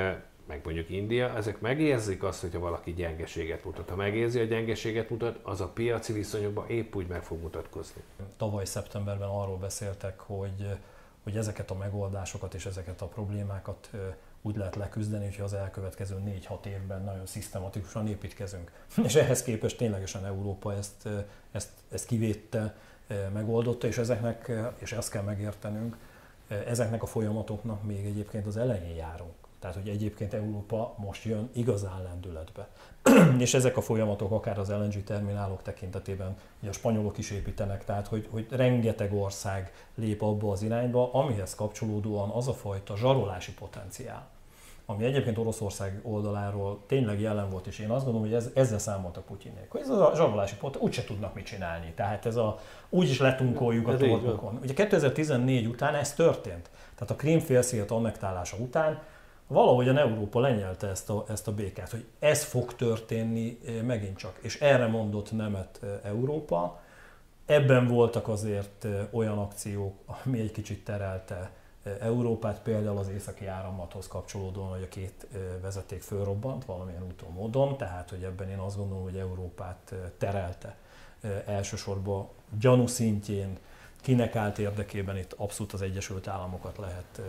meg mondjuk India, ezek megérzik azt, hogyha valaki gyengeséget mutat. Ha megérzi a gyengeséget mutat, az a piaci viszonyokban épp úgy meg fog mutatkozni. Tavaly szeptemberben arról beszéltek, hogy, hogy ezeket a megoldásokat és ezeket a problémákat úgy lehet leküzdeni, hogyha az elkövetkező négy-hat évben nagyon szisztematikusan építkezünk. És ehhez képest ténylegesen Európa ezt, ezt, ezt kivédte, megoldotta, és ezeknek, és ezt kell megértenünk, ezeknek a folyamatoknak még egyébként az elején járunk. Tehát, hogy egyébként Európa most jön igazán lendületbe. És ezek a folyamatok akár az el en gé terminálok tekintetében, ugye a spanyolok is építenek, tehát hogy, hogy rengeteg ország lép abba az irányba, amihez kapcsolódóan az a fajta zsarolási potenciál, ami egyébként Oroszország oldaláról tényleg jelen volt, és én azt gondolom, hogy ez, ezzel számoltak Putyinék, hogy ez a zsarolási potenciál, úgyse tudnak mit csinálni. Tehát ez a, úgyis letunkoljuk a torkokon. Ugye kétezer-tizennégy után ez történt. Tehát a Krím-félsziget annektálása után valahogyan Európa lenyelte ezt a, ezt a békát, hogy ez fog történni megint csak. És erre mondott nemet Európa. Ebben voltak azért olyan akciók, ami egy kicsit terelte Európát, például az északi áramlathoz kapcsolódóan, hogy a két vezeték fölrobbant valamilyen úton, módon, tehát hogy ebben én azt gondolom, hogy Európát terelte elsősorban gyanú szintjén. Kinek állt érdekében, itt abszolút az Egyesült Államokat lehet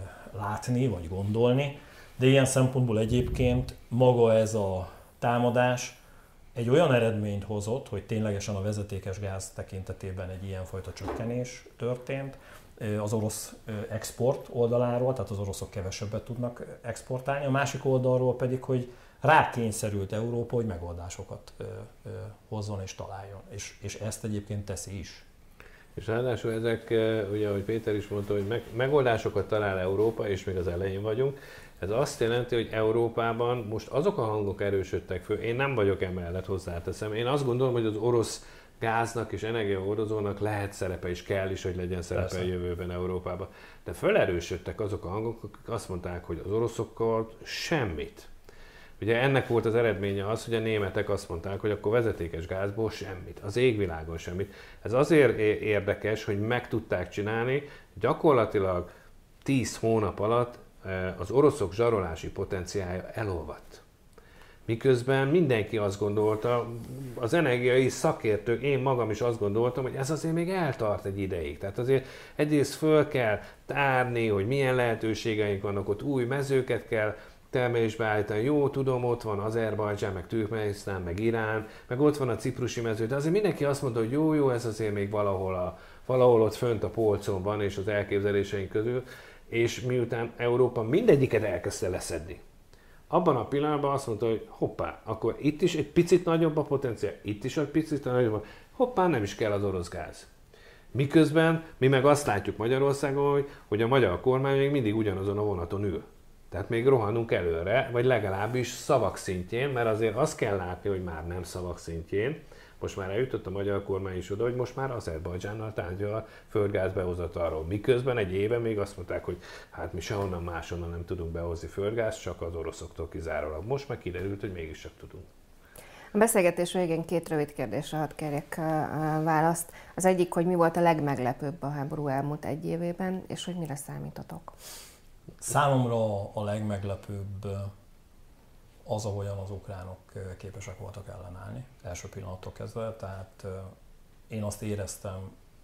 látni, vagy gondolni, de ilyen szempontból egyébként maga ez a támadás egy olyan eredményt hozott, hogy ténylegesen a vezetékes gáz tekintetében egy ilyenfajta csökkenés történt az orosz export oldaláról, tehát az oroszok kevesebbet tudnak exportálni, a másik oldalról pedig, hogy rákényszerült Európa, hogy megoldásokat hozzon és találjon, és, és ezt egyébként teszi is. És ráadásul ezek, ugye, ahogy Péter is mondta, hogy meg, megoldásokat talál Európa, és még az elején vagyunk. Ez azt jelenti, hogy Európában most azok a hangok erősödtek föl, én nem vagyok emellett, hozzáteszem. Én azt gondolom, hogy az orosz gáznak és energiahordozónak lehet szerepe, és kell is, hogy legyen szerepe Persze. a jövőben Európában. De felerősödtek azok a hangok, akik azt mondták, hogy az oroszokkal semmit. Ugye ennek volt az eredménye az, hogy a németek azt mondták, hogy akkor vezetékes gázból semmit, az égvilágon semmit. Ez azért érdekes, hogy meg tudták csinálni, gyakorlatilag tíz hónap alatt az oroszok zsarolási potenciálja elolvadt. Miközben mindenki azt gondolta, az energiai szakértők, én magam is azt gondoltam, hogy ez azért még eltart egy ideig. Tehát azért egyrészt föl kell tárni, hogy milyen lehetőségeink vannak, ott új mezőket kell termelésbe állítani. Jó, tudom, ott van Azerbajdzsán, meg Türkmenisztán, meg Irán, meg ott van a ciprusi mező, de azért mindenki azt mondta, hogy jó, jó, ez azért még valahol, a, valahol ott fönt a polcon van, és az elképzeléseink közül, és miután Európa mindegyiket elkezdte leszedni. Abban a pillanatban azt mondta, hogy hoppá, akkor itt is egy picit nagyobb a potenciál, itt is egy picit nagyobb, hoppá, nem is kell az orosz gáz. Miközben mi meg azt látjuk Magyarországon, hogy, hogy a magyar kormány még mindig ugyanazon a vonaton ül. Tehát még rohanunk előre, vagy legalábbis szavak szintjén, mert azért azt kell látni, hogy már nem szavak szintjén. Most már eljutott a magyar kormány is oda, hogy most már Azerbajdzsánnal tárgyal a földgáz behozatalról. Miközben egy éve még azt mondták, hogy hát mi sehonnan máshonnan nem tudunk behozni földgázt, csak az oroszoktól kizárólag. Most már kiderült, hogy mégis csak tudunk. A beszélgetés végén két rövid kérdésre hadd kérjek választ. Az egyik, hogy mi volt a legmeglepőbb a háború elmúlt egy évében, és hogy mire számítotok? Számomra a legmeglepőbb az, ahogyan az ukránok képesek voltak ellenállni, első pillanattól kezdve. Tehát én azt éreztem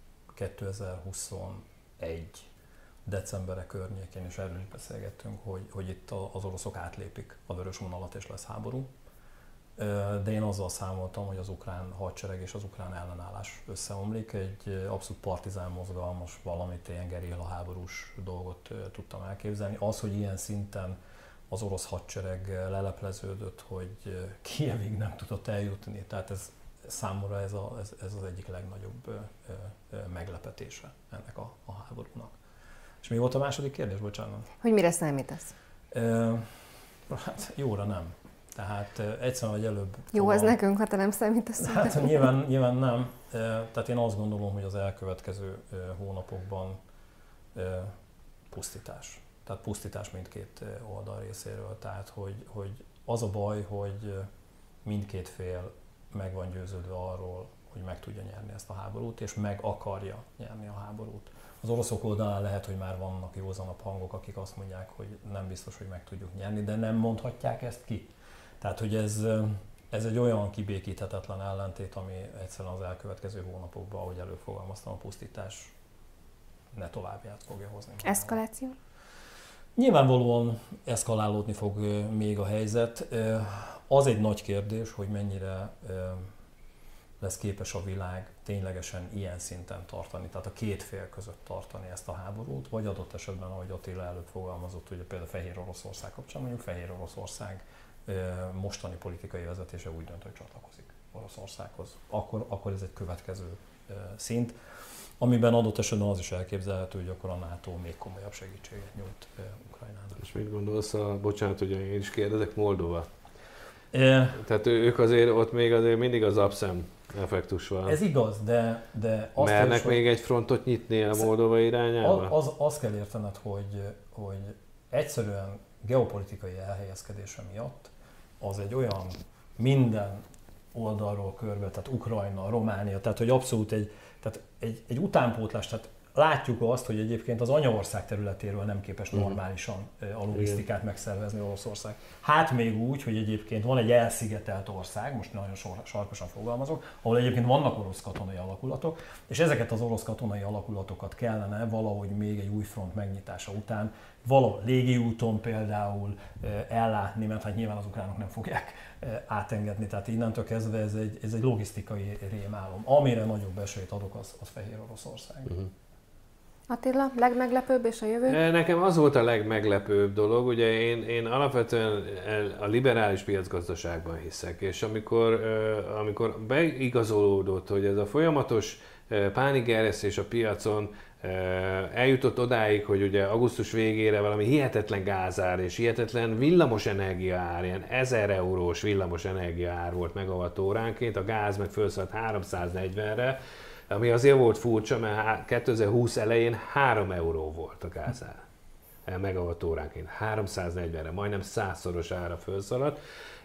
kétezer-huszonegy decembere környékén, és erről is beszélgettünk, hogy, hogy itt az oroszok átlépik a vörös vonalat és lesz háború. De én azzal számoltam, hogy az ukrán hadsereg és az ukrán ellenállás összeomlik. Egy abszolút partizán mozgalmas, valamit ilyen gerilla háborús dolgot tudtam elképzelni. Az, hogy ilyen szinten az orosz hadsereg lelepleződött, hogy Kijevig nem tudott eljutni. Tehát ez, számomra ez, a, ez, ez az egyik legnagyobb meglepetése ennek a, a háborúnak. És mi volt a második kérdés, bocsánat? Hogy mire számítasz? E, hát jóra nem. Tehát egyszer vagy előbb... Jó, az nekünk, ha te nem számítasz. Hát nyilván, nyilván nem. Tehát én azt gondolom, hogy az elkövetkező hónapokban pusztítás. Tehát pusztítás mindkét oldal részéről. Tehát, hogy, hogy az a baj, hogy mindkét fél meg van győződve arról, hogy meg tudja nyerni ezt a háborút, és meg akarja nyerni a háborút. Az oroszok oldalán lehet, hogy már vannak józanabb hangok, akik azt mondják, hogy nem biztos, hogy meg tudjuk nyerni, de nem mondhatják ezt ki. Tehát, hogy ez, ez egy olyan kibékíthetetlen ellentét, ami egyszerűen az elkövetkező hónapokban, ahogy előbb fogalmaztam, a pusztítás ne továbbját fogja hozni. Eszkaláció? Nyilvánvalóan eszkalálódni fog még a helyzet. Az egy nagy kérdés, hogy mennyire lesz képes a világ ténylegesen ilyen szinten tartani, tehát a két fél között tartani ezt a háborút, vagy adott esetben, ahogy Attila előbb fogalmazott, ugye például Fehér Oroszország kapcsán, mondjuk Fehér Oroszország mostani politikai vezetése úgy dönt, hogy csatlakozik Oroszországhoz. Akkor, akkor ez egy következő szint, amiben adott esetben az is elképzelhető, hogy akkor a NATO még komolyabb segítséget nyújt Ukrajnának. És mit gondolsz, a, bocsánat, hogy én is kérdezek, Moldova? E... Tehát ők azért, ott még azért mindig az abszem effektus van. Ez igaz, de... de azt mernek is, még egy frontot nyitni a Moldova irányába? Az, az, azt kell értened, hogy, hogy egyszerűen geopolitikai elhelyezkedése miatt az egy olyan minden oldalról körbe, tehát Ukrajna, Románia, tehát hogy abszolút egy, tehát egy, egy utánpótlás, tehát látjuk azt, hogy egyébként az anyaország területéről nem képes normálisan a logisztikát megszervezni Oroszország. Hát még úgy, hogy egyébként van egy elszigetelt ország, most nagyon sarkosan fogalmazok, ahol egyébként vannak orosz katonai alakulatok, és ezeket az orosz katonai alakulatokat kellene valahogy még egy új front megnyitása után valahol légiúton például ellátni, mert hát nyilván az ukránok nem fogják átengedni, tehát innentől kezdve ez egy, ez egy logisztikai rémálom. Amire nagyobb esélyt adok, az, az Fehér Oroszország. Uh-huh. Attila, legmeglepőbb és a jövő? Nekem az volt a legmeglepőbb dolog, ugye én, én alapvetően a liberális piacgazdaságban hiszek, és amikor, amikor beigazolódott, hogy ez a folyamatos pánikeresztés a piacon eljutott odáig, hogy ugye augusztus végére valami hihetetlen gázár és hihetetlen villamos energiaár, ilyen ezer eurós villamos energiaár volt megawattóránként, a gáz meg felszállt háromszáznegyvenre, ami azért volt furcsa, mert kétezer-húsz elején három euró volt a gázár megawattóránként, háromszáznegyvenre, majdnem százszoros ára felszaladt,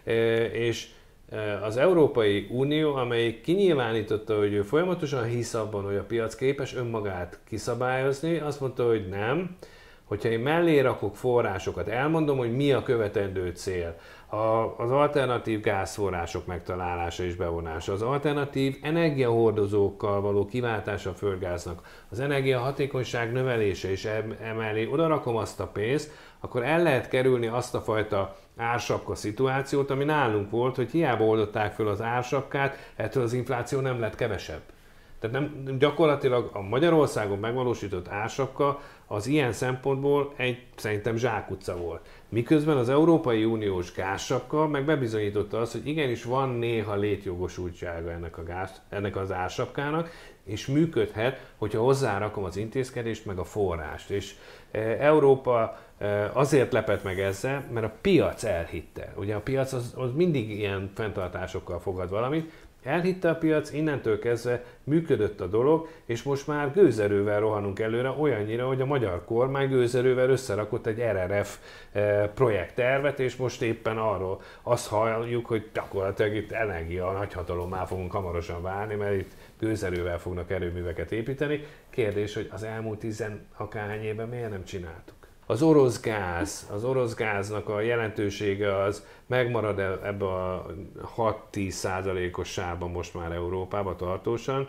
és az Európai Unió, amelyik kinyilvánította, hogy ő folyamatosan hisz abban, hogy a piac képes önmagát kiszabályozni, azt mondta, hogy nem, hogyha én mellé rakok forrásokat, elmondom, hogy mi a követendő cél, az alternatív gázforrások megtalálása és bevonása, az alternatív energiahordozókkal való kiváltása a földgáznak, az energiahatékonyság növelése, és emellé oda rakom azt a pénzt, akkor el lehet kerülni azt a fajta ársapka szituációt, ami nálunk volt, hogy hiába oldották föl az ársapkát, ettől az infláció nem lett kevesebb. Tehát nem, gyakorlatilag a Magyarországon megvalósított ársapka az ilyen szempontból egy szerintem zsákutca volt. Miközben az Európai Uniós gázsapka meg bebizonyította azt, hogy igenis van néha létjogosultsága ennek, a gáz, ennek az ársapkának, és működhet, hogyha hozzárakom az intézkedést meg a forrást. És Európa azért lepett meg ezzel, mert a piac elhitte. Ugye a piac az, az mindig ilyen fenntartásokkal fogad valamit, elhitte a piac, innentől kezdve működött a dolog, és most már gőzerővel rohanunk előre, olyannyira, hogy a magyar kormány gőzerővel összerakott egy er er ef projekttervet, és most éppen arról azt halljuk, hogy gyakorlatilag itt energia nagyhatalommá fogunk hamarosan válni, mert itt gőzerővel fognak erőműveket építeni. Kérdés, hogy az elmúlt tizen akárhány évben miért nem csináltuk? Az orosz gáz, az orosz gáznak a jelentősége az megmarad ebbe a hat-tíz százalékos sávban most már Európában tartósan,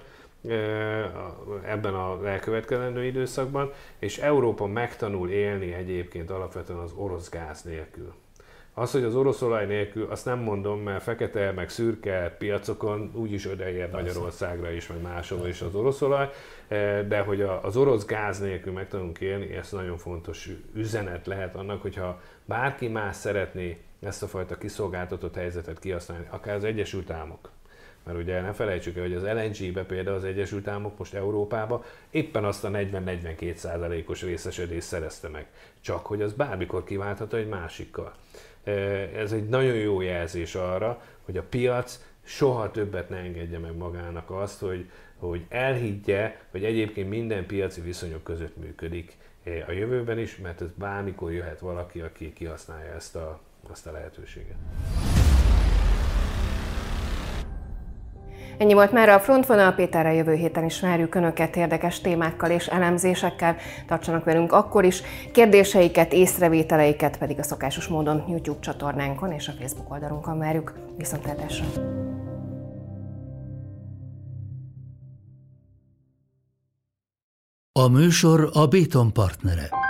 ebben a elkövetkezendő időszakban, és Európa megtanul élni egyébként alapvetően az orosz gáz nélkül. Az, hogy az orosz olaj nélkül, azt nem mondom, mert fekete, meg szürke piacokon úgyis odaér Magyarországra is, meg máshol is az orosz olaj, de hogy az orosz gáz nélkül meg tudunk élni, ez nagyon fontos üzenet lehet annak, hogyha bárki más szeretné ezt a fajta kiszolgáltatott helyzetet kihasználni, akár az Egyesült Államok. Mert ugye ne felejtsük el, hogy az el en gé-be például az Egyesült Államok most Európába éppen azt a negyven-negyvenkét százalékos részesedést szerezte meg. Csak hogy az bármikor kiváltható egy másikkal. Ez egy nagyon jó jelzés arra, hogy a piac soha többet ne engedje meg magának azt, hogy, hogy elhiggye, hogy egyébként minden piaci viszonyok között működik a jövőben is, mert ez bármikor jöhet valaki, aki kihasználja ezt a, azt a lehetőséget. Ennyi volt már a Frontvonal. Péterrel jövő héten is várjuk Önöket érdekes témákkal és elemzésekkel. Tartsanak velünk akkor is. Kérdéseiket, észrevételeiket pedig a szokásos módon YouTube csatornánkon és a Facebook oldalunkon várjuk. Viszontlátásra! A műsor a Béton partnere.